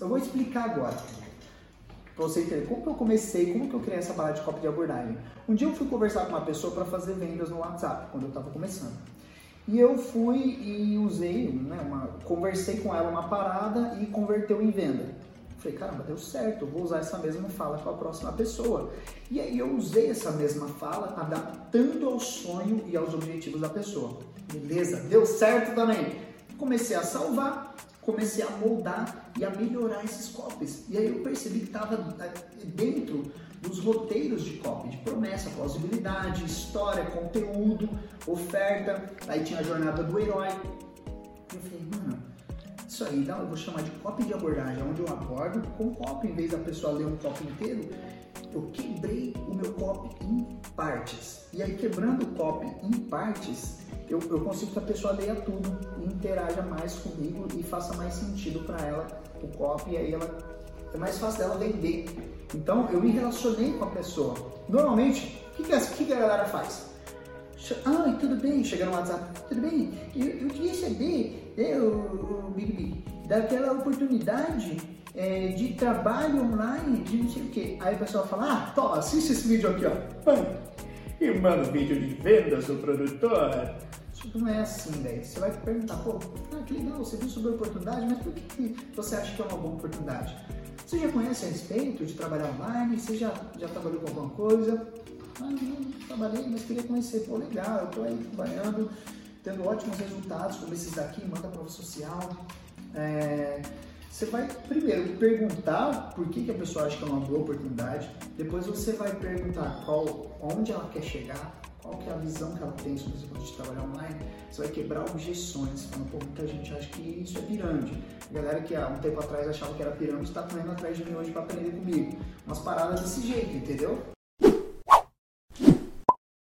eu vou explicar agora, pra você entender como que eu comecei, como que eu criei essa parada de copy de abordagem. Um dia eu fui conversar com uma pessoa para fazer vendas no WhatsApp, quando eu estava começando. E eu fui e usei, conversei com ela uma parada e converteu em venda. Falei, caramba, deu certo, eu vou usar essa mesma fala com a próxima pessoa. E aí eu usei essa mesma fala adaptando ao sonho e aos objetivos da pessoa. Beleza, deu certo também. Comecei a salvar, comecei a moldar e a melhorar esses copies. E aí eu percebi que estava dentro dos roteiros de copy, de promessa, plausibilidade, história, conteúdo, oferta. Aí tinha a jornada do herói. E eu falei, mano, isso aí eu vou chamar de copy de abordagem, onde eu abordo com copy, em vez da pessoa ler um copy inteiro, eu quebrei o meu copy em partes. E aí, quebrando o copy em partes, eu consigo que a pessoa leia tudo e interaja mais comigo e faça mais sentido para ela o copy, e aí é mais fácil dela vender. Então, eu me relacionei com a pessoa. Normalmente, o que a galera faz? Ah, tudo bem, chega no WhatsApp, tudo bem, eu queria saber, o Big B, daquela oportunidade de trabalho online, de não sei o que. Aí o pessoal fala, toma, assiste esse vídeo aqui, ó, e manda um vídeo de vendas do produtor. Isso não é assim, velho. Você vai perguntar, que legal, você viu sobre a oportunidade, mas por que você acha que é uma boa oportunidade? Você já conhece a respeito de trabalhar online? Você já trabalhou com alguma coisa? Não trabalhei, mas queria conhecer. Pô, legal, eu tô aí trabalhando, tendo ótimos resultados como esses daqui, manda prova social. Você vai primeiro perguntar por que a pessoa acha que é uma boa oportunidade, depois você vai perguntar onde ela quer chegar, qual que é a visão que ela tem sobre esse ponto de trabalhar online. Você vai quebrar objeções, falando, muita gente acha que isso é pirâmide. A galera que há um tempo atrás achava que era pirâmide está correndo atrás de mim hoje para aprender comigo. Umas paradas desse jeito, entendeu?